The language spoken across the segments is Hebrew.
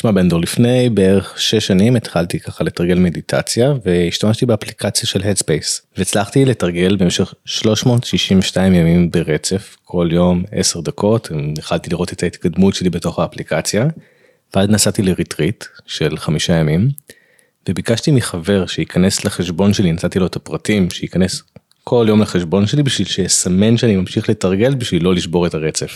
תשמע בנדור, לפני בערך 6 שנים התחלתי ככה לתרגל מדיטציה, והשתמשתי באפליקציה של Headspace, והצלחתי לתרגל במשך 362 ימים ברצף, כל יום 10 דקות, התחלתי לראות את ההתקדמות שלי בתוך האפליקציה, ואז נסעתי לריטריט של 5 ימים, וביקשתי מחבר שייכנס לחשבון שלי, נתתי לו את הפרטים, שייכנס כל יום לחשבון שלי, בשביל שיסמן שאני ממשיך לתרגל, בשביל לא לשבור את הרצף.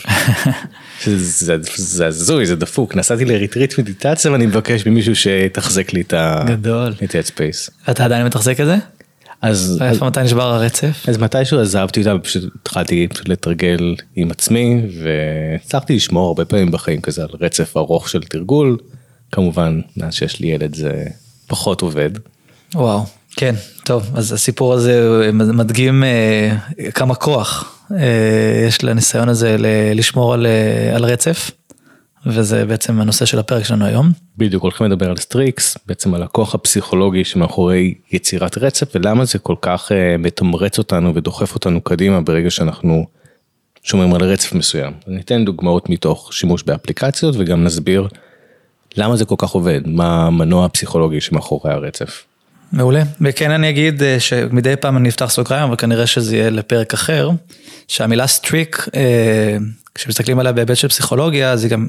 זה הזוי, זה דפוק. נסעתי לריטריט מדיטציה, ואני מבקש ממישהו שתחזק לי את Headspace. ואתה עדיין מתחזק את זה? אז איפה מתי נשבר הרצף? אז מתישהו עזבתי אותה, פשוט התחלתי לתרגל עם עצמי, והצלחתי לשמור הרבה פעמים בחיים כזה, על רצף ארוך של תרגול. כמובן, שיש לי ילד זה פחות עובד. וואו. כן, טוב, אז הסיפור הזה מדגים כמה כוח יש לניסיון הזה לשמור על רצף, וזה בעצם הנושא של הפרק שלנו היום. בדיוק, הולכים לדבר על סטריקס, בעצם על הכוח הפסיכולוגי שמאחורי יצירת רצף, ולמה זה כל כך מתמרץ אותנו ודוחף אותנו קדימה ברגע שאנחנו שומרים על רצף מסוים. ניתן דוגמאות מתוך שימוש באפליקציות, וגם נסביר למה זה כל כך עובד, מה המנוע הפסיכולוגי שמאחורי הרצף. מעולה, וכן אני אגיד שמדי פעם אני אפתח סוגריים, אבל כנראה שזה יהיה לפרק אחר, שהמילה סטריק, כשמסתכלים עליה בהיבט של פסיכולוגיה, אז היא גם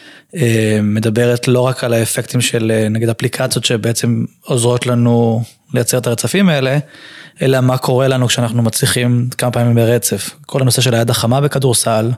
מדברת לא רק על האפקטים של נגיד אפליקציות, שבעצם עוזרות לנו לייצר את הרצפים האלה, אלא מה קורה לנו כשאנחנו מצליחים כמה פעמים ברצף. כל הנושא של היד החמה בכדורסל,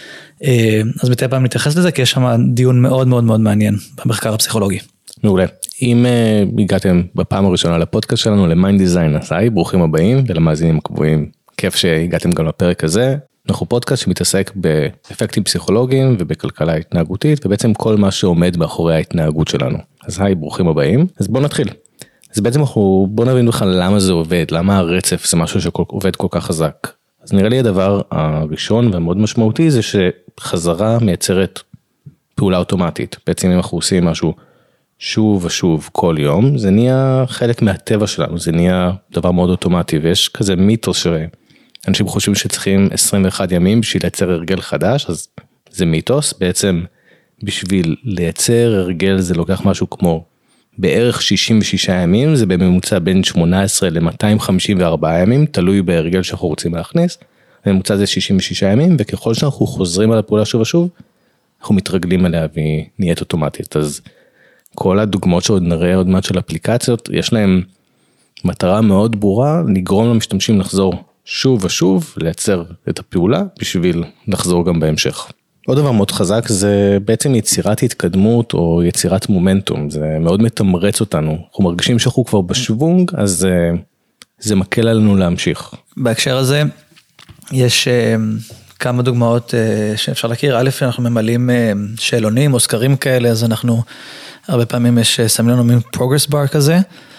אז מדי פעם נתייחס לזה, כי יש שם דיון מאוד מאוד מאוד מעניין במחקר הפסיכולוגי. מעולה. אם הגעתם בפעם הראשונה לפודקאסט שלנו, למיינד דיזיין, אז היי, ברוכים הבאים, ולמאזינים הקבועים, כיף שהגעתם גם לפרק הזה. אנחנו פודקאסט שמתעסק באפקטים פסיכולוגיים ובכלכלה התנהגותית, ובעצם כל מה שעומד מאחורי ההתנהגות שלנו. אז היי, ברוכים הבאים. אז בואו נתחיל. אז בעצם בואו נבין בכלל למה זה עובד, למה הרצף זה משהו שעובד כל כך חזק. אז נראה לי הדבר הראשון והמאוד משמעותי זה שחזרה מייצרת פעולה אוטומטית. בעצם אם אנחנו עושים משהו שוב ושוב כל יום, זה נהיה חלק מהטבע שלנו, זה נהיה דבר מאוד אוטומטי, ויש כזה מיתוס שאנשים חושבים שצריכים 21 ימים בשביל לייצר הרגל חדש, אז זה מיתוס, בעצם בשביל לייצר הרגל זה לוקח משהו כמו בערך 66 ימים, זה בממוצע בין 18 ל-254 ימים, תלוי בהרגל שאנחנו רוצים להכניס, בממוצע זה 66 ימים, וככל שאנחנו חוזרים על הפעולה שוב ושוב, אנחנו מתרגלים עליה והיא נהיית אוטומטית, אז כל הדוגמאות שעוד נראה עוד מעט של אפליקציות, יש להם מטרה מאוד ברורה, לגרום למשתמשים לחזור שוב ושוב, לייצר את הפעולה, בשביל לחזור גם בהמשך. עוד דבר מאוד חזק, זה בעצם יצירת התקדמות, או יצירת מומנטום, זה מאוד מתמרץ אותנו, אנחנו מרגישים שאנחנו כבר בשוונג, אז זה מקל עלינו להמשיך. בהקשר הזה, יש כמה דוגמאות שאפשר להכיר, א', אנחנו ממלאים שאלונים או סקרים כאלה, אז אנחנו הרבה פעמים שמים לנו מין progress bar כזה,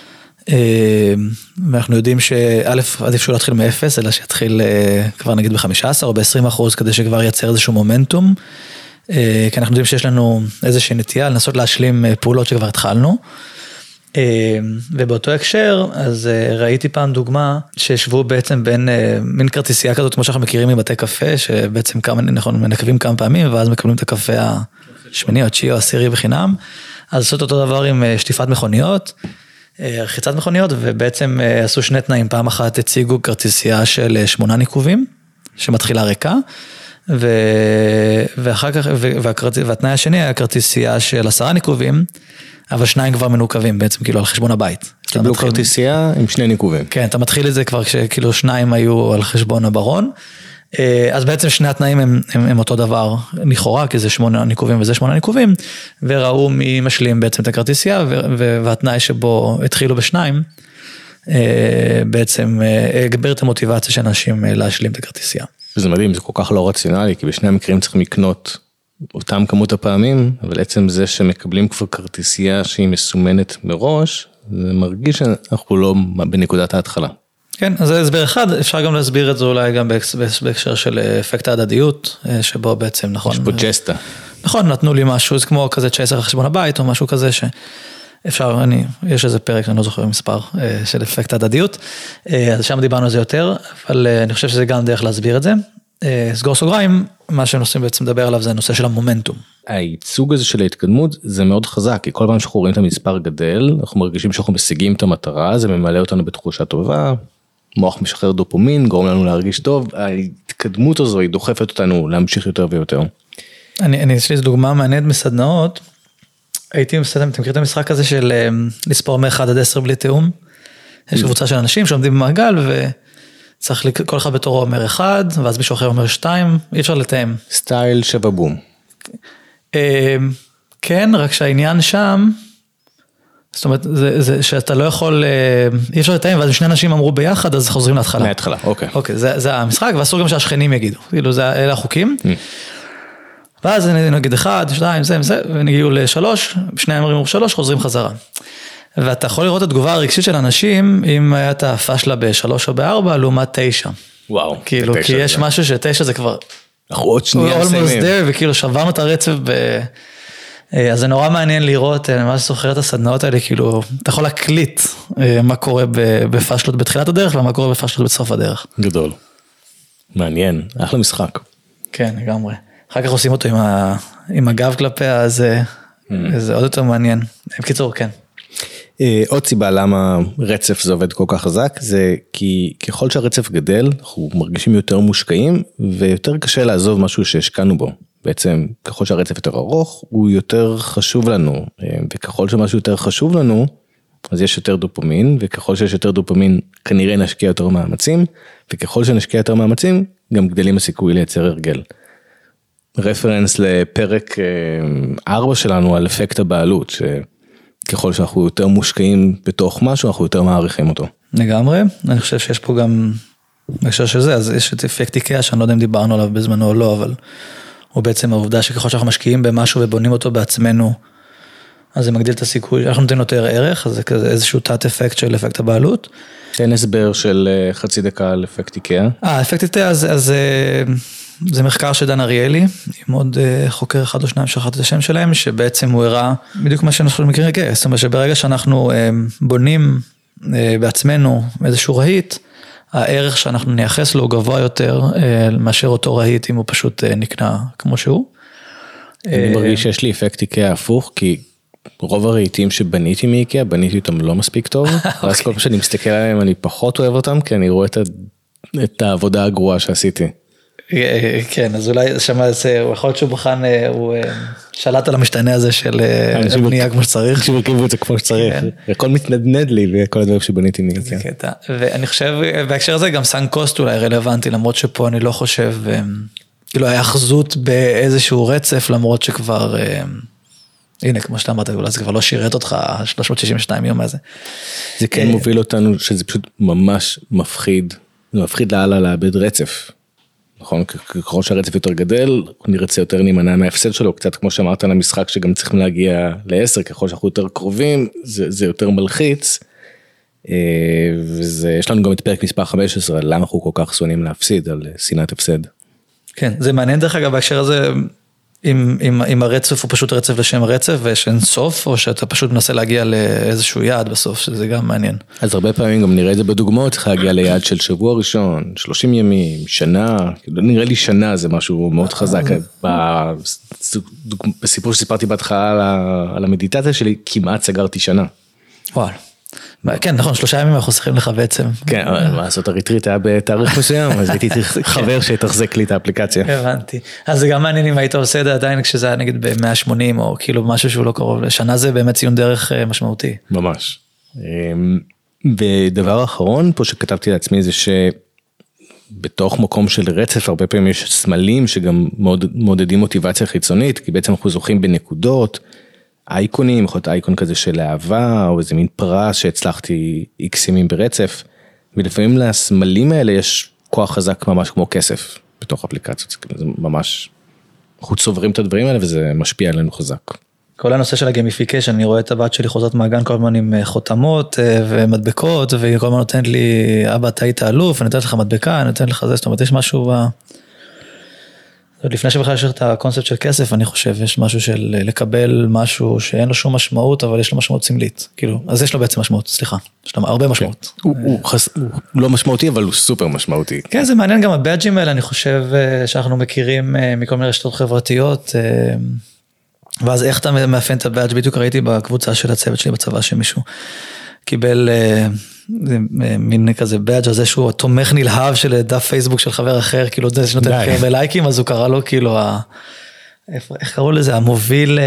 ואנחנו יודעים שא' עדיף שהוא להתחיל מ-0, אלא שיתחיל כבר נגיד ב-15 או ב-20%, כדי שכבר ייצר איזשהו מומנטום, כי אנחנו יודעים שיש לנו איזושהי נטייה, לנסות להשלים פעולות שכבר התחלנו, ובאותו הקשר, אז ראיתי פעם דוגמה, שישבו בעצם בין מין כרטיסייה כזאת, כמו שאנחנו מכירים מבתי קפה, שבעצם מנקבים כמה פעמים, ואז מקבלים את הקפה השמיני או התשיעי או העשירי בחינם, אז עשו אותו דבר עם שטיפת מכוניות, רחיצת מכוניות, ובעצם עשו 2 תנאים, פעם אחת הציגו כרטיסייה של 8 ניקובים, שמתחילה ריקה, ואחר כך, והתנאי השני היה כרטיסייה של 10 ניקובים, אבל 2 כבר מנוקבים, בעצם כאילו על חשבון הבית. קיבלו כרטיסייה עם 2 ניקובים. כן, אתה מתחיל את זה כבר כשכאילו 2 היו על חשבון הברון, אז בעצם שני התנאים הם אותו דבר, לכאורה, כי זה 8 ניקובים וזה 8 ניקובים, וראו מי משלים בעצם את הכרטיסייה, והתנאי שבו התחילו ב2, בעצם הגבר את המוטיבציה של אנשים להשלים את הכרטיסייה. וזה מדהים, זה כל כך לא רציונלי, כי בשני המקרים צריכים לקנות אותם כמות הפעמים, אבל עצם זה שמקבלים כבר כרטיסייה שהיא מסומנת מראש, זה מרגיש שאנחנו לא בנקודת ההתחלה. כן, אז זה הסבר אחד, אפשר גם להסביר את זה אולי גם בהקשר של אפקט ההדדיות, שבו בעצם, נכון. יש פה ג'סטה. נכון, נתנו לי משהו, זה כמו כזה צ'ייסר חשבון הבית, או משהו כזה שאפשר, יש איזה פרק, אני לא זוכר מספר, של אפקט ההדדיות, אז שם דיברנו על זה יותר, אבל אני חושב שזה גם דרך להסביר את זה. סגור סוגריים, מה שהם עושים בעצם לדבר עליו זה הנושא של המומנטום. הייצוג הזה של ההתקדמות זה מאוד חזק, כי כל פעם שאנחנו רואים את המספר גדל, אנחנו מרגישים שאנחנו משיגים את המטרה, זה ממלא אותנו בתחושה טובה, מוח משחרר דופומין, גורם לנו להרגיש טוב, ההתקדמות הזו היא דוחפת אותנו להמשיך יותר ויותר. יש לי דוגמה מעניינת מסדנאות, הייתי מסתדם, אתם מכירים את המשחק הזה של לספור מ-1 עד 10 בלי תיאום? יש קבוצה של אנשים שעומדים במעגל וצריך כל אחד בתורו אומר 1, ואז מישהו אחר אומר 2, אי אפשר לתאם. סטייל שבבום. כן, רק שהעניין שם, זאת אומרת, זה שאתה לא יכול, אי אפשר לתאם, ואז שני אנשים אמרו ביחד, אז חוזרים להתחלה. מההתחלה, אוקיי. אוקיי, זה המשחק, ואסור גם שהשכנים יגידו, כאילו, אלה החוקים. ואז נגיד 1, 2, זה, ונגיעו ל3, שני אמרים 3, חוזרים חזרה. ואתה יכול לראות את התגובה הרגשית של אנשים, אם הייתה פשלה ב3 או ב4, לעומת 9. וואו. כאילו, כי יש משהו ש9 זה כבר... אנחנו עוד שנייה מסיימים. וכאילו שברנו את הרצף אז זה נורא מעניין לראות, אני ממש זוכר את הסדנאות האלה, כאילו, אתה יכול להקליט מה קורה בפשלות בתחילת הדרך, ומה קורה בפשלות בסוף הדרך. גדול. מעניין, אחלה משחק. כן, לגמרי. אחר כך עושים אותו עם הגב כלפיה, אז זה עוד יותר מעניין. בקיצור, כן. עוד סיבה למה רצף זה עובד כל כך חזק, זה כי ככל שהרצף גדל, אנחנו מרגישים יותר מושקעים, ויותר קשה לעזוב משהו שהשקענו בו. בעצם, ככל שהרצף יותר ארוך, הוא יותר חשוב לנו, וככל שמשהו יותר חשוב לנו, אז יש יותר דופמין, וככל שיש יותר דופמין, כנראה נשקיע יותר מאמצים, וככל שנשקיע יותר מאמצים, גם גדלים הסיכוי לייצר הרגל. רפרנס לפרק 4 שלנו על אפקט הבעלות, שככל שאנחנו יותר מושקעים בתוך משהו, אנחנו יותר מעריכים אותו. לגמרי, אני חושב שיש פה גם, בהקשר של זה, אז יש את אפקט איקאה, שאני לא יודע אם דיברנו עליו בזמנו או לא, אבל הוא בעצם העובדה שככל שאנחנו משקיעים במשהו ובונים אותו בעצמנו, אז זה מגדיל את הסיכוי, אנחנו נותנים יותר ערך, אז זה כזה איזשהו תת אפקט של אפקט הבעלות. תן הסבר של חצי דקה על אפקט איקאה. אפקט איקאה, אז זה מחקר של דן אריאלי, עם עוד חוקר אחד או שניים שכחתי את השם שלהם, שבעצם הוא הראה בדיוק מה שאנחנו מכירים איקאה, זאת אומרת שברגע שאנחנו בונים בעצמנו איזשהו רהיט, הערך שאנחנו נייחס לו גבוה יותר מאשר אותו רהיט, אם הוא פשוט נקנה כמו שהוא. אני מרגיש שיש לי אפקט איקאה הפוך, כי רוב הרהיטים שבניתי מאיקאה, בניתי אותם לא מספיק טוב, ואז כל פעם שאני מסתכל עליהם אני פחות אוהב אותם, כי אני רואה את העבודה הגרועה שעשיתי. כן, אז אולי שמה, הוא יכול להיות שהוא בחן, הוא שלט על המשתנה הזה של בנייה כמו שצריך. כשמרכיבו את זה כמו שצריך, הכל מתנדנד לי וכל הדברים שבניתי מאיקאה. ואני חושב, בהקשר הזה גם סאנק קוסט אולי רלוונטי, למרות שפה אני לא חושב, כאילו ההאחזות באיזשהו רצף, למרות שכבר, הנה כמו שאתה אמרת, אולי זה כבר לא שירת אותך 362 יום הזה. זה כן מוביל אותנו שזה פשוט ממש מפחיד, זה מפחיד לאללה לאבד רצף. נכון, ככל שהרצף יותר גדל, נרצה יותר להימנע מההפסד שלו, קצת כמו שאמרת על המשחק שגם צריכים להגיע ל10, ככל שאנחנו יותר קרובים, זה יותר מלחיץ, ויש לנו גם את פרק מספר 15, למה אנחנו כל כך שונאים להפסיד, על שנאת הפסד. כן, זה מעניין דרך אגב, בהקשר הזה, אם הרצף הוא פשוט רצף לשם רצף, ושאין סוף, או שאתה פשוט מנסה להגיע לאיזשהו יעד בסוף, שזה גם מעניין. אז הרבה פעמים גם נראה את זה בדוגמאות, צריך להגיע ליעד של שבוע ראשון, 30 ימים, שנה, נראה לי שנה זה משהו מאוד חזק, בסיפור שסיפרתי בהתחלה על המדיטציה שלי, כמעט סגרתי שנה. וואו. כן, נכון, 3 ימים אנחנו צריכים לך בעצם. כן, מה לעשות, הריטריט היה בתאריך מסוים, אז הייתי חבר שיתחזק לי את האפליקציה. הבנתי. אז זה גם מעניין אם היית עושה את זה עדיין כשזה היה נגיד ב-180, או כאילו משהו שהוא לא קרוב לשנה, זה באמת ציון דרך משמעותי. ממש. ודבר האחרון פה שכתבתי לעצמי זה שבתוך מקום של רצף, הרבה פעמים יש סמלים שגם מעודדים מוטיבציה חיצונית, כי בעצם אנחנו זוכים בנקודות, אייקונים, יכול להיות אייקון כזה של אהבה, או איזה מין פרס שהצלחתי איקס ימים ברצף, ולפעמים לסמלים האלה יש כוח חזק ממש כמו כסף, בתוך אפליקציות, זה ממש, אנחנו צוברים את הדברים האלה, וזה משפיע עלינו חזק. כל הנושא של הגמיפיקיישן, אני רואה את הבת שלי חוזרת מהגן כל הזמן עם חותמות ומדבקות, והיא כל הזמן נותנת לי, אבא אתה היית אלוף, אני נותנת לך מדבקה, אני נותנת לך זה, זאת אומרת, יש משהו לפני שבכלל יש את הקונספט של כסף, אני חושב, יש משהו של לקבל משהו שאין לו שום משמעות, אבל יש לו משמעות סמלית, כאילו, אז יש לו בעצם משמעות, סליחה, יש לו הרבה משמעות. הוא לא משמעותי, אבל הוא סופר משמעותי. כן, זה מעניין גם הבאג'ים האלה, אני חושב שאנחנו מכירים מכל מיני רשתות חברתיות, ואז איך אתה מאפיין את הבאג'? בדיוק ראיתי בקבוצה של הצוות שלי בצבא, שמישהו קיבל מין כזה באג' הזה שהוא תומך נלהב של דף פייסבוק של חבר אחר, כאילו זה שנותן הכי הרבה לייקים, אז הוא קרא לו כאילו, איך קראו לזה? המוביל,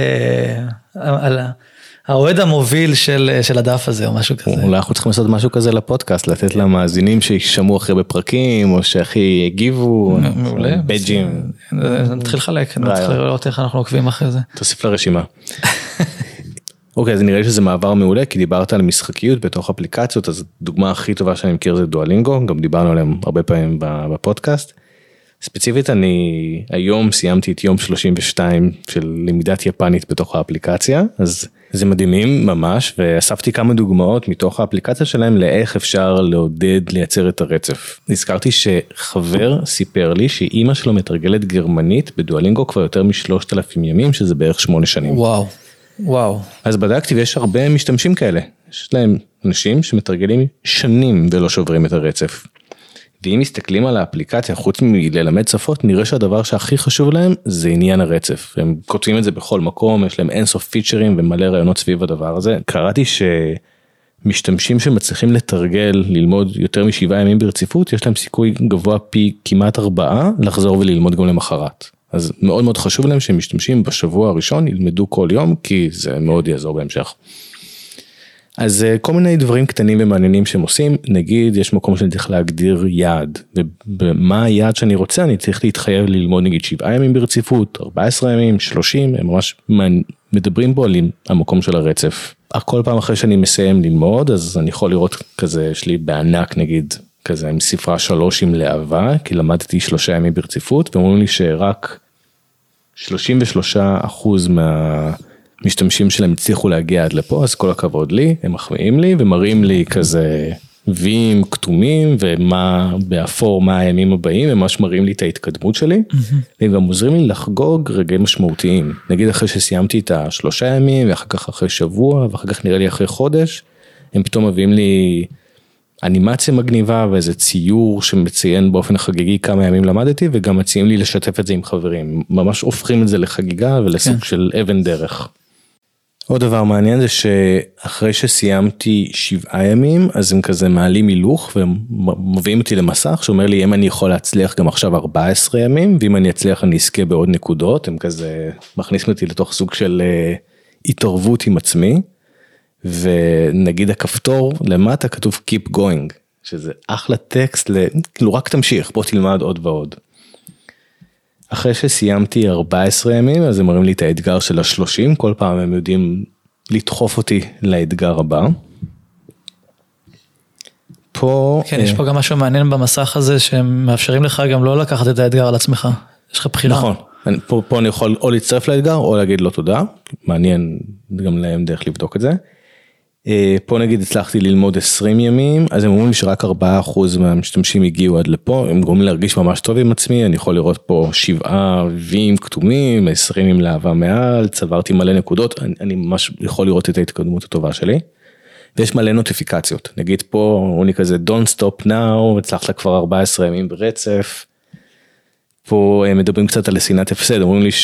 האוהד המוביל של הדף הזה או משהו כזה. אולי אנחנו צריכים לעשות משהו כזה לפודקאסט, לתת למאזינים שישמעו אחרי בפרקים, או שהכי הגיבו, בג'ים. נתחיל לחלק, נתחיל לראות איך אנחנו עוקבים אחרי זה. תוסיף לרשימה. אוקיי, אז נראה לי שזה מעבר מעולה, כי דיברת על משחקיות בתוך אפליקציות, אז הדוגמה הכי טובה שאני מכיר זה דואלינגו, גם דיברנו עליהם הרבה פעמים בפודקאסט. ספציפית, אני היום סיימתי את יום 32 של למידת יפנית בתוך האפליקציה, אז זה מדהימים ממש, ואספתי כמה דוגמאות מתוך האפליקציה שלהם לאיך אפשר לעודד לייצר את הרצף. נזכרתי שחבר סיפר לי שאימא שלו מתרגלת גרמנית בדואלינגו כבר יותר מ3,000 ימים, שזה בערך 8 שנים. וואו. אז בדקתי ויש הרבה משתמשים כאלה. יש להם אנשים שמתרגלים שנים ולא שוברים את הרצף. ואם מסתכלים על האפליקציה, חוץ מללמד שפות, נראה שהדבר שהכי חשוב להם זה עניין הרצף. הם כותבים את זה בכל מקום, יש להם אינסוף פיצ'רים ומלא רעיונות סביב הדבר הזה. קראתי שמשתמשים שמצליחים לתרגל, ללמוד יותר מ7 ימים ברציפות, יש להם סיכוי גבוה פי כמעט 4 לחזור וללמוד גם למחרת. אז מאוד מאוד חשוב להם שהם משתמשים בשבוע הראשון, ילמדו כל יום, כי זה מאוד יעזור בהמשך. אז כל מיני דברים קטנים ומעניינים שהם עושים, נגיד יש מקום שאני צריך להגדיר יעד, ומה היעד שאני רוצה, אני צריך להתחייב ללמוד נגיד 7 ימים ברציפות, 14 ימים, 30, הם ממש מדברים בו על המקום של הרצף. כל פעם אחרי שאני מסיים ללמוד, אז אני יכול לראות כזה, יש לי בענק נגיד, כזה עם ספרה 3 עם להבה, כי למדתי 3 ימים ברציפות, ואומרים לי שרק 33% משתמשים שלהם הצליחו להגיע עד לפה, אז כל הכבוד לי, הם מחמיאים לי ומראים לי כזה ויים כתומים ומה באפור, מה הימים הבאים, הם ממש מראים לי את ההתקדמות שלי, והם גם עוזרים לי לחגוג רגעים משמעותיים, נגיד אחרי שסיימתי את 3 ימים, ואחר כך אחרי שבוע, ואחר כך נראה לי אחרי חודש, הם פתאום מביאים לי אנימציה מגניבה ואיזה ציור שמציין באופן חגיגי כמה ימים למדתי, וגם מציעים לי לשתף את זה עם חברים, ממש הופכים את זה לחגיגה ולסוג של אבן דרך. עוד דבר מעניין זה שאחרי שסיימתי 7 ימים, אז הם כזה מעלים הילוך ומביאים אותי למסך, שאומר לי אם אני יכול להצליח גם עכשיו 14 ימים, ואם אני אצליח אני אזכה בעוד נקודות, הם כזה מכניסים אותי לתוך סוג של התערבות עם עצמי, ונגיד הכפתור למטה כתוב Keep Going, שזה אחלה טקסט, כאילו רק תמשיך, בוא תלמד עוד ועוד. אחרי שסיימתי 14 ימים, אז הם מראים לי את האתגר של 30, כל פעם הם יודעים לדחוף אותי לאתגר הבא. פה... כן, יש פה גם משהו מעניין במסך הזה, שהם מאפשרים לך גם לא לקחת את האתגר על עצמך, יש לך בחירה. נכון, פה אני יכול או להצטרף לאתגר, או להגיד לו תודה, מעניין גם להם דרך לבדוק את זה. פה נגיד הצלחתי ללמוד 20 ימים, אז הם אומרים לי שרק 4% מהמשתמשים הגיעו עד לפה, הם גורמים להרגיש ממש טוב עם עצמי, אני יכול לראות פה 7 ויים כתומים, 20 עם להבה מעל, צברתי מלא נקודות, אני ממש יכול לראות את ההתקדמות הטובה שלי, ויש מלא נוטיפיקציות, נגיד פה אומרים לי כזה don't stop now, הצלחת כבר 14 ימים ברצף, פה מדברים קצת על שנאת הפסד, אומרים לי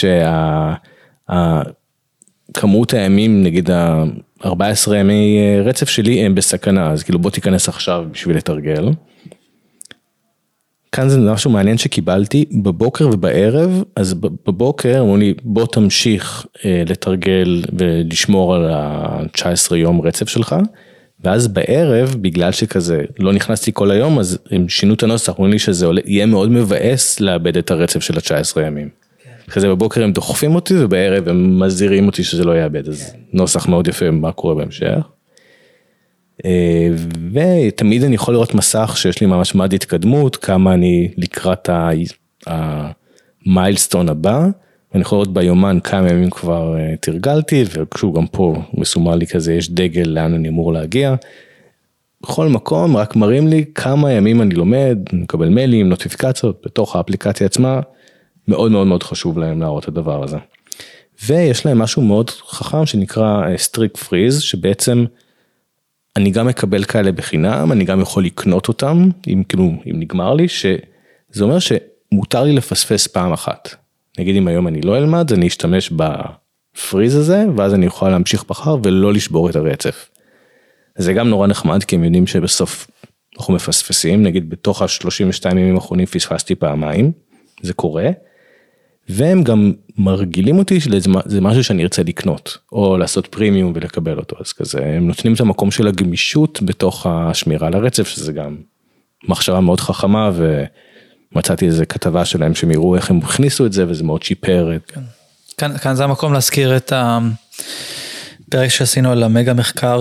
כמות הימים, נגיד 14 ימי רצף שלי הם בסכנה, אז כאילו בוא תיכנס עכשיו בשביל לתרגל. כאן זה משהו מעניין שקיבלתי בבוקר ובערב, אז בבוקר אמרו לי בוא תמשיך לתרגל ולשמור על ה-19 יום רצף שלך, ואז בערב, בגלל שכזה לא נכנסתי כל היום, אז הם שינו את הנוסח, אמרו לי שזה יהיה מאוד מבאס לאבד את הרצף של ה-19 ימים. כזה בבוקר הם דוחפים אותי, ובערב הם מזהירים אותי שזה לא יאבד, אז נוסח מאוד יפה מה קורה בהמשך. ותמיד אני יכול לראות מסך שיש לי ממש מד התקדמות, כמה אני לקראת המיילסטון הבא, ואני יכול לראות ביומן כמה ימים כבר תרגלתי, וכשהוא גם פה מסומר לי כזה, יש דגל לאן אני אמור להגיע. בכל מקום רק מראים לי כמה ימים אני לומד, אני מקבל מיילים, נוטיפיקציות בתוך האפליקציה עצמה, מאוד מאוד מאוד חשוב להם להראות את הדבר הזה. ויש להם משהו מאוד חכם שנקרא סטריק פריז, שבעצם אני גם מקבל כאלה בחינם, אני גם יכול לקנות אותם, אם נגמר לי, שזה אומר שמותר לי לפספס פעם אחת. נגיד אם היום אני לא אלמד, אני אשתמש בפריז הזה, ואז אני יכול להמשיך בחר ולא לשבור את הרצף. זה גם נורא נחמד, כי הם יודעים שבסוף אנחנו מפספסים, נגיד בתוך ה-32 ימים האחרונים פספסתי פעמיים, זה קורה, והם גם מרגילים אותי שזה משהו שאני ארצה לקנות, או לעשות פרימיום ולקבל אותו, אז כזה, הם נותנים את המקום של הגמישות בתוך השמירה לרצף, שזה גם מחשבה מאוד חכמה, ומצאתי איזו כתבה שלהם שהם יראו איך הם הכניסו את זה, וזה מאוד שיפר. כאן זה המקום להזכיר את הפרק שעשינו על המגה מחקר,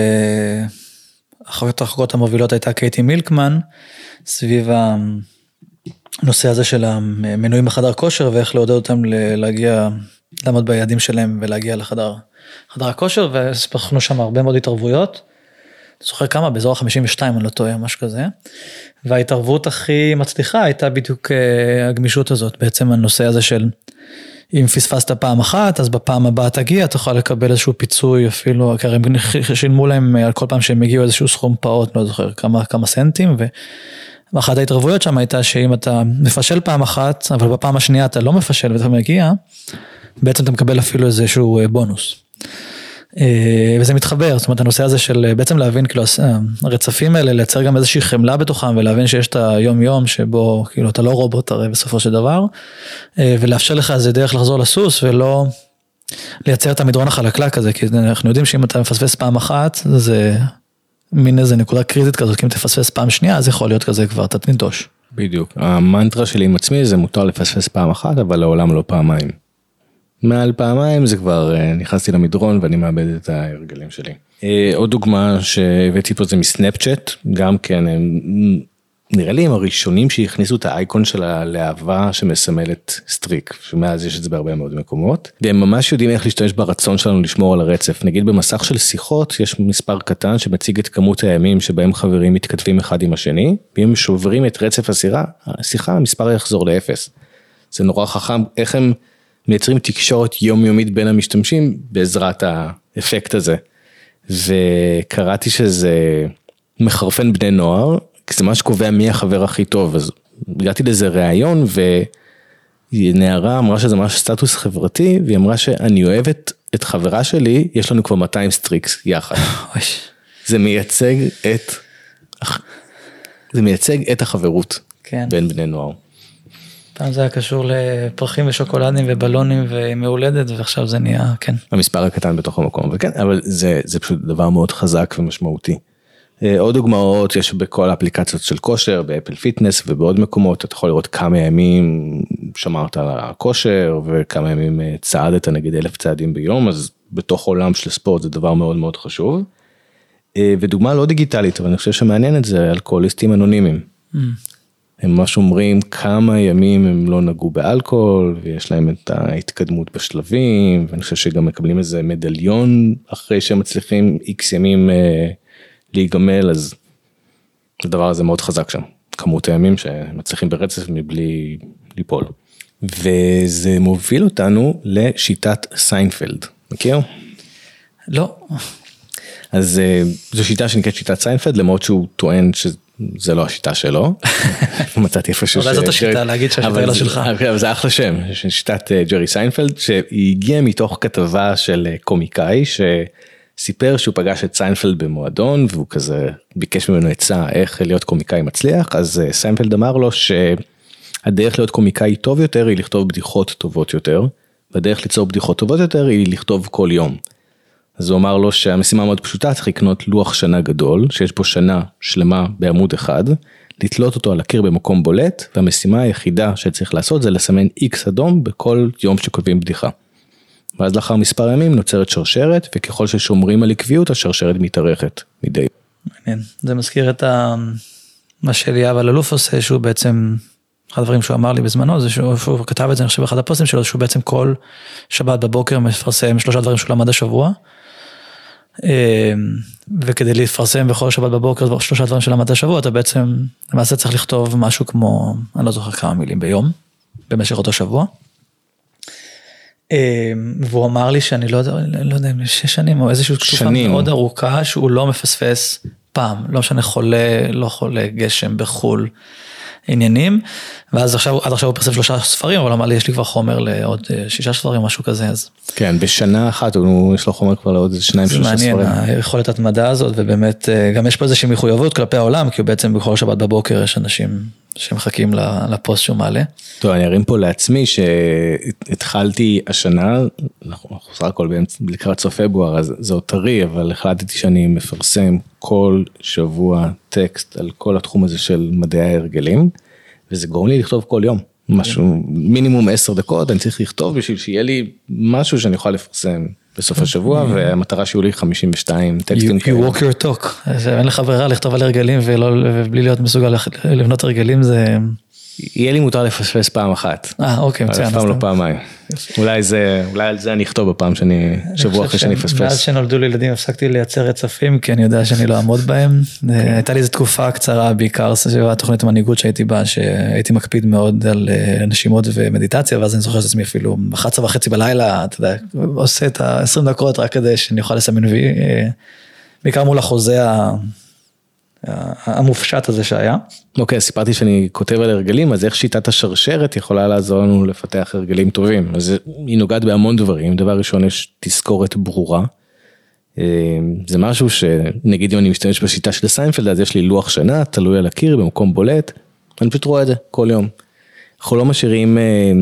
אחת החוקרות המובילות הייתה קייטי מילקמן, סביב הנושא הזה של המנויים בחדר כושר, ואיך לעודד אותם להגיע, לעמוד ביעדים שלהם ולהגיע לחדר הכושר, והספחנו שם הרבה מאוד התערבויות, אני זוכר כמה, באזור ה-52, אני לא טועה, משהו כזה, וההתערבות הכי מצליחה הייתה בדיוק הגמישות הזאת, בעצם הנושא הזה של, אם פספסת פעם אחת, אז בפעם הבאה תגיע, אתה יכול לקבל איזשהו פיצוי, אפילו, כי הם שילמו להם על כל פעם שהם הגיעו איזשהו סכום פעוט, לא זוכר, כמה סנטים, ואחת ההתערבויות שם הייתה שאם אתה מפשל פעם אחת, אבל בפעם השנייה אתה לא מפשל ואתה מגיע, בעצם אתה מקבל אפילו איזשהו בונוס. וזה מתחבר, זאת אומרת, הנושא הזה של בעצם להבין, כאילו, הרצפים האלה, לייצר גם איזושהי חמלה בתוכם, ולהבין שיש את היום-יום שבו, כאילו, אתה לא רובוט הרי בסופו של דבר, ולאפשר לך איזה דרך לחזור לסוס, ולא לייצר את המדרון החלקלק הזה, כי אנחנו יודעים שאם אתה מפספס פעם אחת, זה מין איזה נקודה קריטית כזאת, כי אם תפספס פעם שנייה, אז יכול להיות כזה כבר, אתה תנטוש. בדיוק, המנטרה שלי עם עצמי, זה מותר לפספס פעם אחת, אבל לעולם לא פעמיים. מעל פעמיים זה כבר נכנסתי למדרון ואני מאבד את ההרגלים שלי. עוד דוגמה שהבאתי פה זה מסנאפצ'אט, גם כן נראה לי הם הראשונים שהכניסו את האייקון של הלהבה שמסמלת סטריק, שמאז יש את זה בהרבה מאוד מקומות, והם ממש יודעים איך להשתמש ברצון שלנו לשמור על הרצף. נגיד במסך של שיחות יש מספר קטן שמציג את כמות הימים שבהם חברים מתכתבים אחד עם השני, ואם שוברים את רצף השיחה, המספר יחזור לאפס. זה נורא חכם, איך הם מייצרים תקשורת יומיומית בין המשתמשים בעזרת האפקט הזה. וקראתי שזה מחרפן בני נוער, כי זה ממש קובע מי החבר הכי טוב. אז הגעתי לזה ראיון, ונערה אמרה שזה ממש סטטוס חברתי, והיא אמרה שאני אוהבת את חברה שלי, יש לנו כבר 200 סטריקס יחד. זה מייצג את החברות בין בני נוער. פעם זה היה קשור לפרחים ושוקולדים ובלונים ומהולדת, ועכשיו זה נהיה, כן. המספר הקטן בתוך המקום, וכן, אבל זה פשוט דבר מאוד חזק ומשמעותי. עוד דוגמאות יש בכל האפליקציות של כושר, באפל פיטנס ובעוד מקומות, אתה יכול לראות כמה ימים שמרת על הכושר, וכמה ימים צעדת, נגיד 1,000 צעדים ביום, אז בתוך עולם של ספורט זה דבר מאוד מאוד חשוב. ודוגמה לא דיגיטלית, אבל אני חושב שמעניין את זה, אלכוהוליסטים אנונימיים. הם ממש אומרים כמה ימים הם לא נגעו באלכוהול, ויש להם את ההתקדמות בשלבים, ואני חושב שגם מקבלים איזה מדליון, אחרי שהם מצליחים X ימים להיגמל, אז הדבר הזה מאוד חזק שם, כמות הימים שמצליחים ברצף מבלי ליפול. וזה מוביל אותנו לשיטת סיינפלד, מכיר? לא. אז זו שיטה שנקראת שיטת סיינפלד, למרות שהוא טוען שזה לא השיטה שלו. מצאתי איפשהו אולי זאת השיטה, להגיד שהשיטה היא לא שלך. אבל זה אחלה שם, שיטת ג'רי סיינפלד, שהיא הגיעה מתוך כתבה של קומיקאי, שסיפר שהוא פגש את סיינפלד במועדון, והוא כזה ביקש ממנו עצה איך להיות קומיקאי מצליח, אז סיינפלד אמר לו שהדרך להיות קומיקאי טוב יותר, היא לכתוב בדיחות טובות יותר, והדרך ליצור בדיחות טובות יותר, היא לכתוב כל יום. אז הוא אמר לו שהמשימה מאוד פשוטה, צריך לקנות לוח שנה גדול, שיש בו שנה שלמה בעמוד אחד, לתלות אותו על הקיר במקום בולט, והמשימה היחידה שצריך לעשות זה לסמן X אדום בכל יום שכותבים בדיחה. ואז לאחר מספר ימים נוצרת שרשרת, וככל ששומרים על עקביות, השרשרת מתארכת מדי. מעניין, זה מזכיר את מה שאליאב אלאלוף עושה, שהוא בעצם, אחד הדברים שהוא אמר לי בזמנו, זה שהוא כתב את זה, אני חושב באחד הפוסטים שלו, שהוא בעצם כל שבת בבוקר מפרסם 3 דברים שהוא למד השבוע, וכדי לפרסם בכל שבת בבוקר 3 דברים של למד השבוע, אתה בעצם למעשה צריך לכתוב משהו כמו, אני לא זוכר כמה מילים ביום, במשך אותו שבוע. והוא אמר לי שאני לא יודע, 6 שנים או איזושהי תקופה מאוד ארוכה, שהוא לא מפספס פעם, לא משנה חולה, לא חולה, גשם בחול, עניינים, ואז עד עכשיו הוא פרסם 3 ספרים, אבל אמר לי, יש לי כבר חומר לעוד 6 ספרים, משהו כזה, אז... כן, בשנה אחת, יש לו חומר כבר לעוד 2-3 ספרים. זה מעניין, היכולת התמדה הזאת, ובאמת, גם יש פה איזושהי מחויבות כלפי העולם, כי הוא בעצם בכל שבת בבוקר, יש אנשים שמחכים לפוסט שהוא מעלה. טוב, אני ארים פה לעצמי, שהתחלתי השנה, אנחנו סך הכל לקראת סוף פברואר, אז זה עוד טרי, אבל החלטתי שאני מפרסם כל שבוע טקסט, על כל התחום הזה של מדעי ההרגלים, וזה גורם לי לכתוב כל יום, משהו, מינימום 10 דקות, אני צריך לכתוב בשביל שיהיה לי משהו שאני יכול לפרסם בסוף השבוע, והמטרה שיהיו לי 52 טקסטים. You walk your talk, אין לך ברירה לכתוב על הרגלים, ובלי להיות מסוגל לבנות הרגלים זה... יהיה לי מותר לפספס פעם אחת. אוקיי, מצוין. אף פעם לא פעמיים. אולי על זה אני אכתוב בפעם שבוע אחרי שאני אפספס. מאז שנולדו לי ילדים הפסקתי לייצר רצפים, כי אני יודע שאני לא אעמוד בהם. הייתה לי איזו תקופה קצרה, בעיקר תוכנית המנהיגות שהייתי בה, שהייתי מקפיד מאוד על נשימות ומדיטציה, ואז אני זוכר את עצמי אפילו 11:30 בלילה, אתה יודע, עושה את ה-20 דקות רק כדי שאני אוכל לסמן וי, בעיקר מול החוזה המופשט הזה שהיה. אוקיי, סיפרתי שאני כותב על הרגלים, אז איך שיטת השרשרת יכולה לעזור לנו לפתח הרגלים טובים? אז היא נוגעת בהמון דברים. דבר ראשון, יש תזכורת ברורה. זה משהו שנגיד אם אני משתמש בשיטה של סיינפלד, אז יש לי לוח שנה, תלוי על הקיר, במקום בולט, אני פשוט רואה את זה כל יום. אנחנו לא משאירים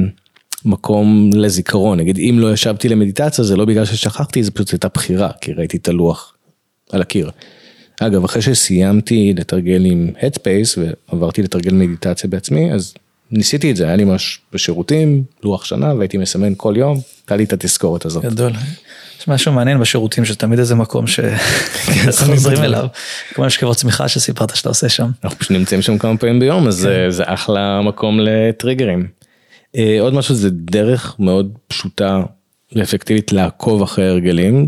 מקום לזיכרון. נגיד, אם לא ישבתי למדיטציה, זה לא בגלל ששכחתי, זה פשוט הייתה בחירה, כי ראיתי את הלוח על הקיר. אגב, אחרי שסיימתי לתרגל עם Headspace, ועברתי לתרגל מדיטציה בעצמי, אז ניסיתי את זה, היה לי משהו בשירותים, לוח שנה, והייתי מסמן כל יום, הייתה לי את התזכורת הזאת. גדול. יש משהו מעניין בשירותים, שתמיד איזה מקום שאנחנו עוזרים אליו, כמו שכבות צמיחה שסיפרת שאתה עושה שם. אנחנו פשוט נמצאים שם כמה פעמים ביום, אז זה אחלה מקום לטריגרים. עוד משהו, זה דרך מאוד פשוטה ואפקטיבית לעקוב אחרי הרגלים,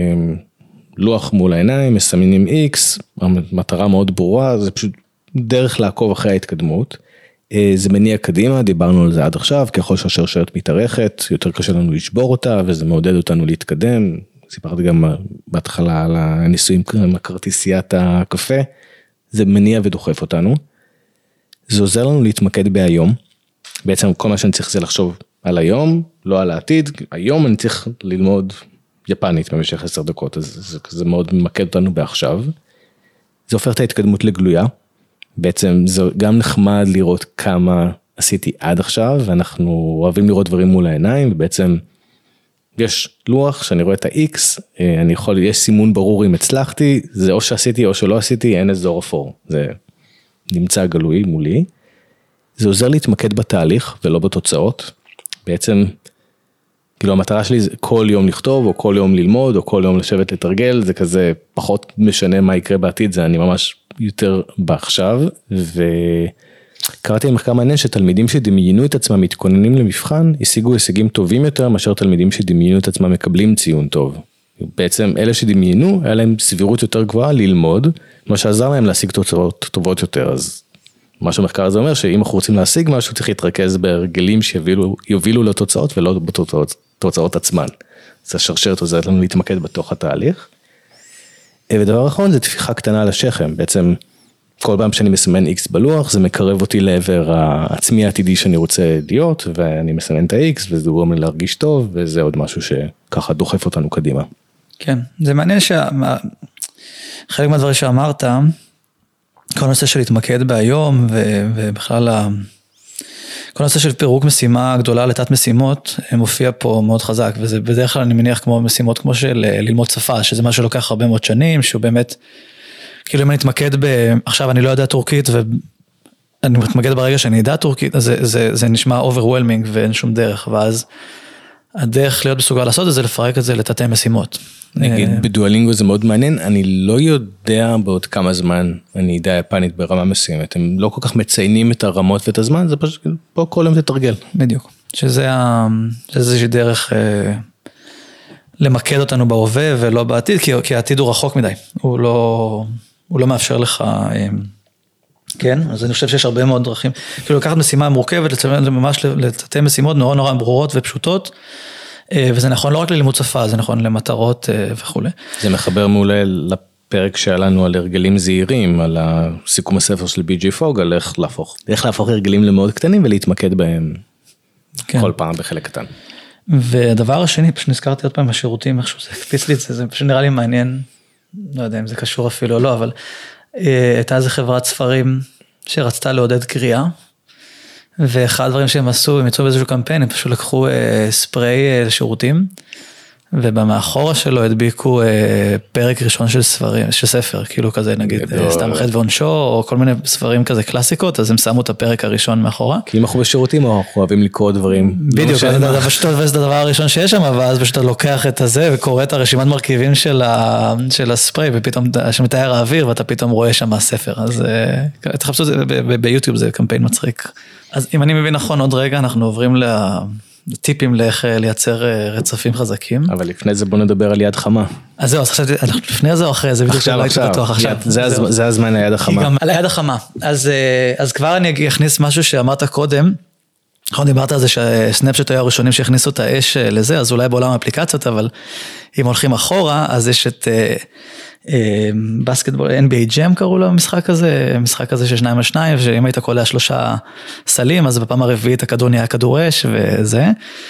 לוח מול העיניים, מסמנים X, המטרה מאוד ברורה, זה פשוט דרך לעקוב אחרי ההתקדמות. זה מניע קדימה, דיברנו על זה עד עכשיו, ככל שהשרשרת מתארכת, יותר קשה לנו לשבור אותה, וזה מעודד אותנו להתקדם. סיפרתי גם בהתחלה על הניסויים עם הכרטיסיית הקפה, זה מניע ודוחף אותנו. זה עוזר לנו להתמקד בהיום, בעצם כל מה שאני צריך זה לחשוב על היום, לא על העתיד, היום אני צריך ללמוד יפנית במשך 10 דקות, אז זה מאוד ממקד אותנו בעכשיו. זה הופך את ההתקדמות לגלויה, בעצם זה גם נחמד לראות כמה עשיתי עד עכשיו, ואנחנו אוהבים לראות דברים מול העיניים, ובעצם יש לוח שאני רואה את ה-X, יש סימון ברור אם הצלחתי, זה או שעשיתי או שלא עשיתי, אין אזור אפור, זה נמצא גלוי מולי, זה עוזר להתמקד בתהליך ולא בתוצאות, בעצם כאילו המטרה שלי זה כל יום לכתוב, או כל יום ללמוד, או כל יום לשבת לתרגל, זה כזה פחות משנה מה יקרה בעתיד, זה אני ממש יותר בעכשיו, וקראתי למחקר מעניין שתלמידים שדמיינו את עצמם מתכוננים למבחן, השיגו הישגים טובים יותר, מאשר תלמידים שדמיינו את עצמם מקבלים ציון טוב. בעצם אלה שדמיינו, היה להם סבירות יותר גבוהה ללמוד, מה שעזר להם להשיג תוצאות טובות יותר, אז מה שהמחקר הזה אומר, שאם אנחנו רוצים להשיג משהו, צריך להתרכז בהרגלים שיובילו לתוצאות, ולא בתוצאות עצמן. אז השרשרת עוזרת לנו להתמקד בתוך התהליך. ודבר אחרון, זה תפיחה קטנה על השכם. בעצם, כל פעם שאני מסמן X בלוח, זה מקרב אותי לעבר העצמי העתידי שאני רוצה להיות, ואני מסמן את ה-X, וזה גורם לי להרגיש טוב, וזה עוד משהו שככה דוחף אותנו קדימה. כן, זה מעניין חלק מהדברים שאמרת, כל הנושא של להתמקד בהיום, ובכלל כל הנושא של פירוק משימה גדולה לתת משימות, מופיע פה מאוד חזק, וזה בדרך כלל אני מניח כמו משימות כמו של ללמוד שפה, שזה משהו שלוקח הרבה מאוד שנים, שהוא באמת, כאילו אם אני אתמקד עכשיו אני לא יודע טורקית, ואני מתמקד ברגע שאני יודע טורקית, אז זה נשמע overwhelming ואין שום דרך, ואז הדרך להיות מסוגל לעשות את זה, לפרק את זה לתתי משימות. נגיד, בדואלינגו זה מאוד מעניין, אני לא יודע בעוד כמה זמן אני אדע יפנית ברמה מסוימת, הם לא כל כך מציינים את הרמות ואת הזמן, זה פשוט פה כל יום תתרגל. בדיוק, שזה איזושהי דרך למקד אותנו בהווה ולא בעתיד, כי העתיד הוא רחוק מדי, הוא לא מאפשר לך כן, אז אני חושב שיש הרבה מאוד דרכים, כאילו לקחת משימה מורכבת, ממש לתת משימות נורא נורא ברורות ופשוטות, וזה נכון לא רק ללימוד שפה, זה נכון למטרות וכו'. זה מחבר מעולה לפרק שהיה לנו על הרגלים זהירים, על הסיכום הספר של בי.ג'י פוג, על איך להפוך הרגלים למאוד קטנים ולהתמקד בהם כל פעם בחלק קטן. והדבר השני, פשוט נזכרתי עוד פעם בשירותים, איכשהו זה הקפיץ לי את זה, זה פשוט נראה לי מעניין, לא יודע אם זה קשור אפילו או לא, אבל הייתה איזה חברת ספרים שרצתה לעודד קריאה, ואחד הדברים שהם עשו, הם יצאו באיזשהו קמפיין, הם פשוט לקחו ספרי לשירותים, ובמאחורה שלו הדביקו פרק ראשון של ספרים, של ספר, כאילו כזה נגיד, סתם חטא ועונשו, או כל מיני ספרים כזה קלאסיקות, אז הם שמו את הפרק הראשון מאחורה. כי אם אנחנו בשירותים, אנחנו אוהבים לקרוא דברים. בדיוק, פשוט זה הדבר הראשון שיש שם, ואז פשוט אתה לוקח את הזה, וקורא את הרשימת מרכיבים של הספרי, ופתאום שמתאר האוויר, ואתה פתאום רואה שם הספר, אז תחפשו את זה ביוטיוב, זה קמפיין מצחיק. אז אם אני מבין נכון, עוד רגע אנחנו עוברים טיפים לאיך לייצר רצפים חזקים. אבל לפני זה בוא נדבר על יד חמה. אז זהו, אז חשבתי, לפני זה או אחרי זה, עכשיו, זה הזמן היד החמה. גם על היד החמה. אז כבר אני אכניס משהו שאמרת קודם, אנחנו דיברת על זה שסנאפצ'אט היו הראשונים שהכניסו את האש לזה, אז אולי בעולם האפליקציות, אבל אם הולכים אחורה, אז יש את בסקטבול, NBA Jam קראו לו המשחק הזה, משחק הזה של 2 על 2, שאם היית קולע 3 סלים, אז בפעם הרביעית הכדור נהיה כדור אש וזה.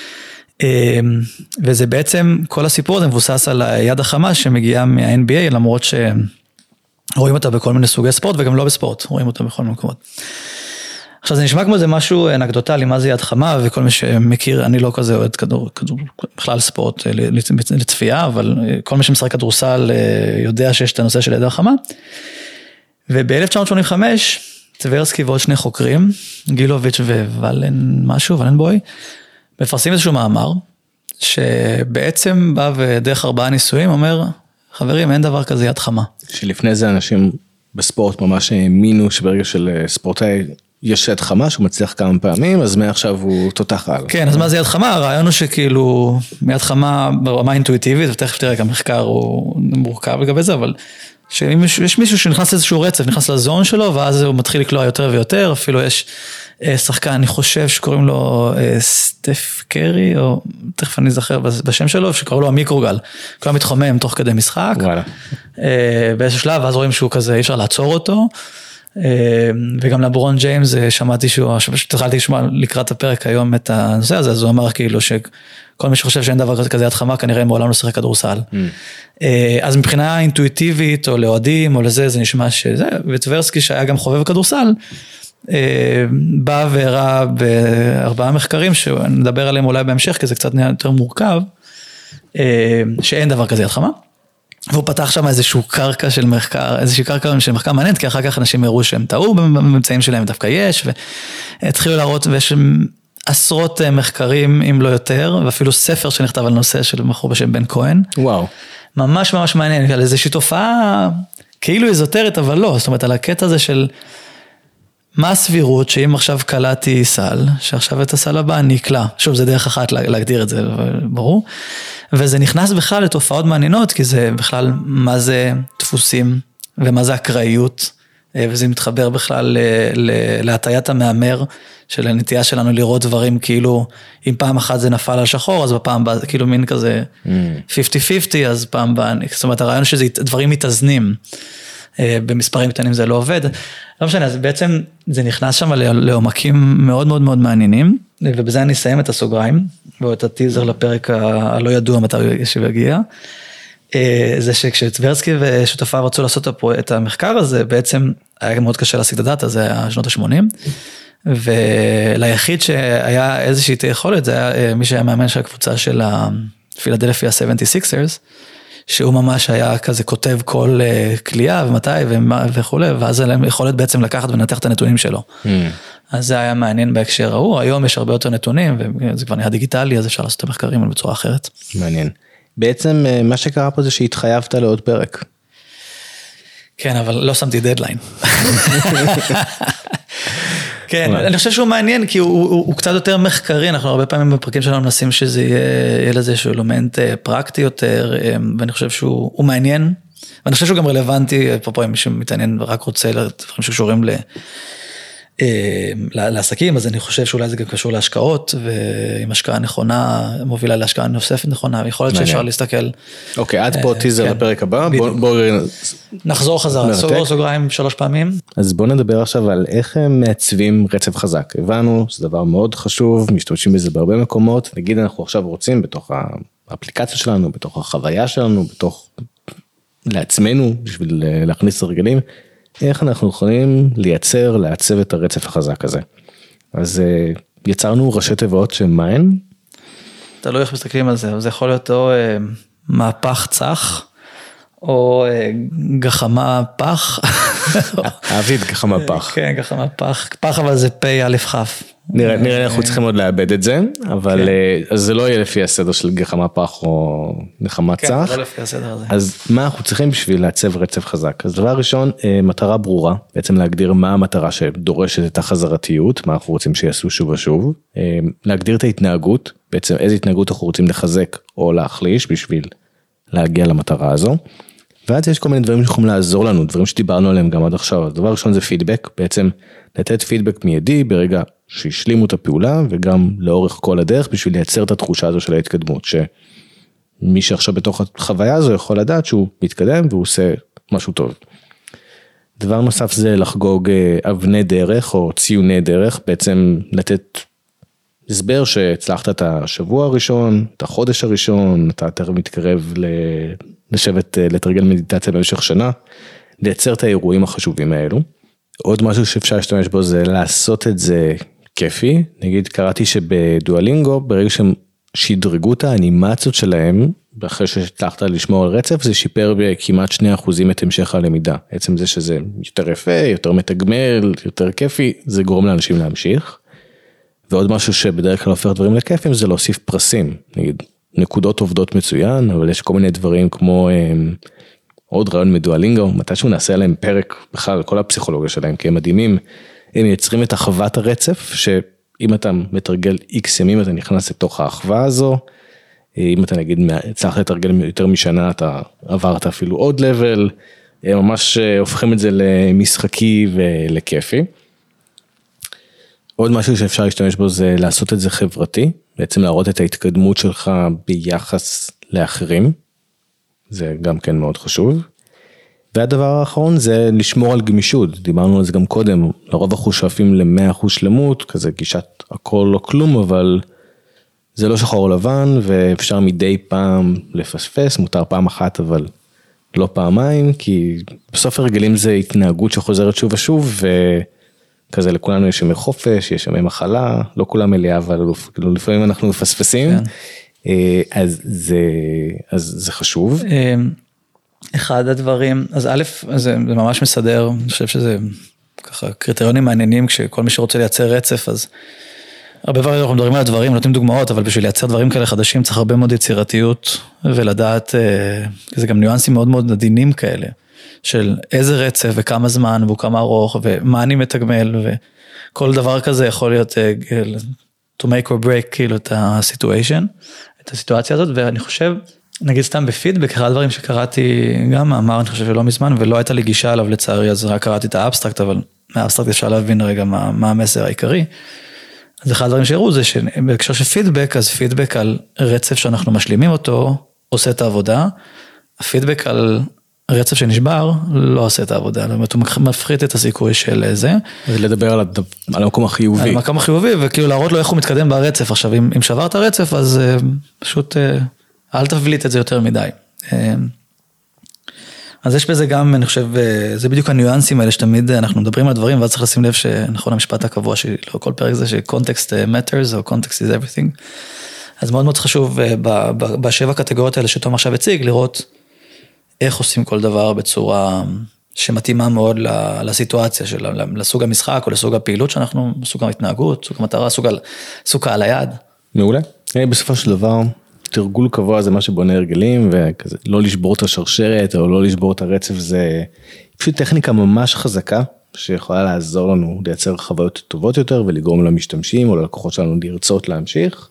וזה בעצם, כל הסיפור הזה מבוסס על היד החמה שמגיעה מה-NBA, למרות שרואים אותה בכל מיני סוגי ספורט, וגם לא בספורט, רואים אותה בכל מיני מקומות. עכשיו זה נשמע כמו זה משהו אנקדוטלי, מה זה יד חמה, וכל מי שמכיר, אני לא כזה אוהד כדור, בכלל ספורט לצפייה, אבל כל מי שמשחק כדורסל יודע שיש את הנושא של יד החמה. וב-1985, טברסקי ועוד 2 חוקרים, גילוביץ' ולנבוי, מפרסמים איזשהו מאמר, שבעצם בא ודרך 4 ניסויים אומר, חברים, אין דבר כזה יד חמה. שלפני זה אנשים בספורט ממש האמינו שברגע של ספורטאי, יש יד חמה שהוא מצליח כמה פעמים, אז מעכשיו הוא תותח על. כן, אז מה זה יד חמה? הרעיון הוא שכאילו, יד חמה ברמה אינטואיטיבית, ותכף תראה, גם מחקר הוא מורכב לגבי זה, אבל שיש מישהו שנכנס לאיזשהו רצף, נכנס לזון שלו, ואז הוא מתחיל לקלוע יותר ויותר, אפילו יש שחקן, אני חושב שקוראים לו סטף קרי, או תכף אני זוכר בשם שלו, שקראו לו המיקרוגל, כולם מתחומם תוך כדי משחק, באיזשהו שלב, ואז רואים שהוא כזה, אי אפשר לעצור אותו, וגם לברון ג'יימס שמעתי התחלתי לשמוע לקראת הפרק היום את הנושא הזה, אז הוא אמר כאילו שכל מי שחושב שאין דבר כזה יד חמה, כנראה מעולם לא שחק כדורסל. אז מבחינה אינטואיטיבית או לאוהדים או לזה, זה נשמע שזה, וטברסקי שהיה גם חובב כדורסל, בא והראה ב4 מחקרים, שנדבר עליהם אולי בהמשך, כי זה קצת נהיה יותר מורכב, שאין דבר כזה יד חמה. והוא פתח שם איזושהי קרקע של מחקר מעניינת, כי אחר כך אנשים הראו שהם טעו בממצאים שלהם, דווקא יש, והתחילו להראות, ויש עשרות מחקרים, אם לא יותר, ואפילו ספר שנכתב על נושא של בחור בשם בן כהן. וואו. ממש ממש מעניין, על איזושהי תופעה כאילו איזוטרית, אבל לא, זאת אומרת, על הקטע הזה של מה הסבירות שאם עכשיו קלעתי סל, שעכשיו את הסל הבא נקלע, שוב זה דרך אחת להגדיר את זה, ברור, וזה נכנס בכלל לתופעות מעניינות, כי זה בכלל מה זה דפוסים, ומה זה אקראיות, וזה מתחבר בכלל להטיית המאמר, של הנטייה שלנו לראות דברים כאילו, אם פעם אחת זה נפל על שחור, אז בפעם הבאה זה כאילו מין כזה 50-50, אז פעם הבאה, זאת אומרת הרעיון שזה דברים מתאזנים, במספרים קטנים זה לא עובד, לא משנה, אז בעצם זה נכנס שם לעומקים מאוד מאוד מאוד מעניינים, ובזה אני אסיים את הסוגריים, ואת הטיזר לפרק הלא ידוע מתי שיגיע, זה שכשטברסקי ושותפיו רצו לעשות את המחקר הזה, בעצם היה מאוד קשה להשיג את הדאטה, זה היה שנות ה-80, וליחיד שהיה איזושהי יכולת, זה היה מי שהיה מאמן של הקבוצה של הפילדלפיה 76ers, שהוא ממש היה כזה כותב כל קליעה ומתי וכו', ואז היה להם יכולת בעצם לקחת ולנתח את הנתונים שלו. אז זה היה מעניין בהקשר ההוא, היום יש הרבה יותר נתונים, וזה כבר נהיה דיגיטלי, אז אפשר לעשות את המחקרים בצורה אחרת. מעניין. בעצם מה שקרה פה זה שהתחייבת לעוד פרק. כן, אבל לא שמתי דדליין. כן, אני חושב שהוא מעניין, כי הוא קצת יותר מחקרי, אנחנו הרבה פעמים בפרקים שלנו מנסים שזה יהיה לזה שהוא אלמנט פרקטי יותר, ואני חושב שהוא מעניין, ואני חושב שהוא גם רלוונטי, אפרופו אם מישהו מתעניין ורק רוצה דברים שקשורים לעסקים, אז אני חושב שאולי זה גם קשור להשקעות, ועם השקעה נכונה, מובילה להשקעה נוספת נכונה, ויכול להיות שאפשר להסתכל. אוקיי, עד פה טיזר לפרק הבא, בואו נחזור חזרה, סוגריים 3 פעמים. אז בואו נדבר עכשיו על איך הם מעצבים רצף חזק. הבנו, זה דבר מאוד חשוב, משתמשים בזה בהרבה מקומות, נגיד אנחנו עכשיו רוצים בתוך האפליקציה שלנו, בתוך החוויה שלנו, בתוך לעצמנו, בשביל להכניס הרגלים, איך אנחנו יכולים לעצב את הרצף החזק הזה. אז יצרנו ראשי תיבות שמה הן? תלוי איך מסתכלים על זה, זה יכול להיות או מהפך צח, או גחמה פח. אהבית גחמה פח. כן, גחמה פח, פח אבל זה פי א' כף. נראה אנחנו צריכים עוד לאבד את זה, אבל זה לא יהיה לפי הסדר של גחמה פח או גחמה צח. כן, לא לפי הסדר הזה. אז מה אנחנו צריכים בשביל לעצב רצף חזק? אז דבר ראשון, מטרה ברורה, בעצם להגדיר מה המטרה שדורשת את החזרתיות, מה אנחנו רוצים שיעשו שוב ושוב, להגדיר את ההתנהגות, בעצם איזה התנהגות אנחנו רוצים לחזק או להחליש בשביל להגיע למטרה הזו, ואז יש כל מיני דברים שיכולים לעזור לנו, דברים שדיברנו עליהם גם עד עכשיו. הדבר ראשון זה פידבק, בעצם לתת פידבק מיידי ברגע שהשלימו את הפעולה, וגם לאורך כל הדרך בשביל לייצר את התחושה הזו של ההתקדמות, שמי שעכשיו בתוך החוויה הזו יכול לדעת שהוא מתקדם והוא עושה משהו טוב. דבר נוסף זה לחגוג אבני דרך או ציוני דרך, בעצם לתת הסבר שהצלחת את השבוע הראשון, את החודש הראשון, אתה יותר מתקרב לשבת לתרגל מדיטציה במשך שנה, לייצר את האירועים החשובים האלו. עוד משהו שאפשר להשתמש בו זה לעשות את זה כיפי, נגיד קראתי שבדואלינגו, ברגע שהם שדרגו את האנימציות שלהם, אחרי שהצלחת לשמור על רצף, זה שיפר בכמעט 2% את המשך הלמידה. עצם זה שזה יותר יפה, יותר מתגמל, יותר כיפי, זה גורם לאנשים להמשיך. ועוד משהו שבדרך כלל הופך דברים לכיפים, זה להוסיף פרסים. נגיד, נקודות עובדות מצוין, אבל יש כל מיני דברים כמו עוד רעיון מדואלינגו, מתישהו נעשה עליהם פרק בכלל, כל הפסיכולוגיה שלהם, כי הם מדהימים, הם מייצרים את אחוות הרצף, שאם אתה מתרגל X ימים, אתה נכנס לתוך האחווה הזו, אם אתה נגיד צריך לתרגל יותר משנה, אתה עברת אפילו עוד לבל, הם ממש הופכים את זה למשחקי ולכיפי. עוד משהו שאפשר להשתמש בו זה לעשות את זה חברתי, בעצם להראות את ההתקדמות שלך ביחס לאחרים, זה גם כן מאוד חשוב. והדבר האחרון זה לשמור על גמישות, דיברנו על זה גם קודם, לרוב אנחנו שואפים ל100% שלמות, כזה גישת הכל לא כלום, אבל זה לא שחור לבן, ואפשר מדי פעם לפספס, מותר פעם אחת אבל לא פעמיים, כי בסוף הרגלים זה התנהגות שחוזרת שוב ושוב, כזה לכולנו יש ימי חופש, יש ימי מחלה, לא כולם מלאה, אבל לפעמים אנחנו מפספסים, אז זה חשוב. אחד הדברים, אז א', זה ממש מסדר, אני חושב שזה ככה קריטריונים מעניינים, כשכל מי שרוצה לייצר רצף, אז הרבה פעמים אנחנו מדברים על הדברים, נותנים דוגמאות, אבל בשביל לייצר דברים כאלה חדשים צריך הרבה מאוד יצירתיות, ולדעת, זה גם ניואנסים מאוד מאוד עדינים כאלה, של איזה רצף וכמה זמן וכמה ארוך ומה אני מתגמל וכל דבר כזה יכול להיות to make or break כאילו את הסיטואציה הזאת, ואני חושב, נגיד סתם בפידבק, אחד הדברים שקראתי גם מאמר, אני חושב שלא מזמן, ולא הייתה לי גישה עליו לצערי, אז רק קראתי את האבסטרקט, אבל מהאבסטרקט אפשר להבין רגע מה המסר העיקרי. אז אחד הדברים שהראו זה שבהקשר של פידבק, אז פידבק על רצף שאנחנו משלימים אותו, עושה את העבודה, הפידבק על רצף שנשבר, לא עושה את העבודה, זאת אומרת, הוא מפחית את הסיכוי של זה. ולדבר על המקום החיובי. על המקום החיובי, וכאילו להראות לו איך הוא מתקדם ברצף. עכשיו, אם שברת הרצף, אז פשוט אל תבליט את זה יותר מדי. אז יש בזה גם, אני חושב, זה בדיוק הניואנסים האלה, שתמיד אנחנו מדברים על דברים, ואז צריך לשים לב שנכון המשפט הקבוע שלי, לא כל פרק זה ש-context matters, או context is everything. אז מאוד מאוד חשוב, בשבע קטגוריות האלה שתום עכשיו הציג, לראות איך עושים כל דבר בצורה שמתאימה מאוד לסיטואציה שלה, לסוג המשחק או לסוג הפעילות שאנחנו, סוג ההתנהגות, סוג המטרה, סוג קהל היעד. מעולה. בסופו של דבר, תרגול קבוע זה מה שבונה הרגלים, וכזה, לא לשבור את השרשרת או לא לשבור את הרצף, זה פשוט טכניקה ממש חזקה, שיכולה לעזור לנו לייצר חוויות טובות יותר, ולגרום למשתמשים או ללקוחות שלנו לרצות להמשיך,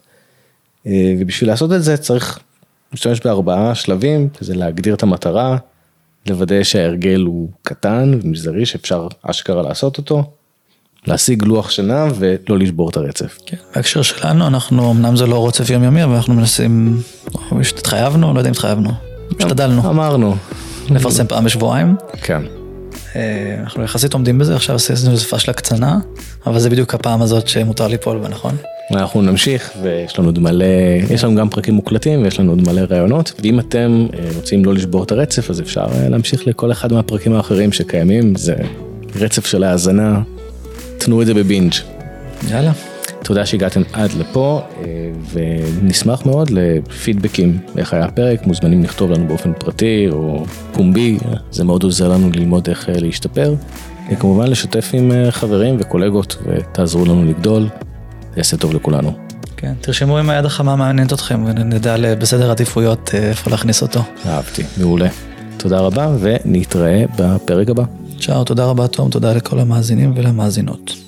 ובשביל לעשות את זה צריך להשתמש ב4 שלבים, כזה להגדיר את המטרה, לוודא שההרגל הוא קטן ומזערי, שאפשר אשכרה לעשות אותו, להשיג לוח שנה ולא לשבור את הרצף. כן, בהקשר שלנו, אנחנו, אמנם זה לא רצף יומיומי, אבל אנחנו מנסים, התחייבנו, לא יודע אם התחייבנו, השתדלנו. אמרנו. לפרסם פעם בשבועיים. כן. אנחנו יחסית עומדים בזה, עכשיו עשינו איזו פשלה קטנה, אבל זה בדיוק הפעם הזאת שמותר ליפול בה, נכון? אנחנו נמשיך, ויש לנו עוד מלא, יש לנו גם פרקים מוקלטים, ויש לנו עוד מלא רעיונות, ואם אתם רוצים לא לשבור את הרצף, אז אפשר להמשיך לכל אחד מהפרקים האחרים שקיימים, זה רצף של ההאזנה, תנו את זה בבינג'. יאללה. תודה שהגעתם עד לפה, ונשמח מאוד לפידבקים, איך היה הפרק, מוזמנים לכתוב לנו באופן פרטי או פומבי, זה מאוד עוזר לנו ללמוד איך להשתפר, וכמובן לשתף עם חברים וקולגות, ותעזרו לנו לגדול, זה יעשה טוב לכולנו. כן, תרשמו אם היד החמה מעניינת אתכם, ונדע בסדר עדיפויות איפה להכניס אותו. אהבתי, מעולה. תודה רבה, ונתראה בפרק הבא. צ'או, תודה רבה תום, תודה לכל המאזינים ולמאזינות.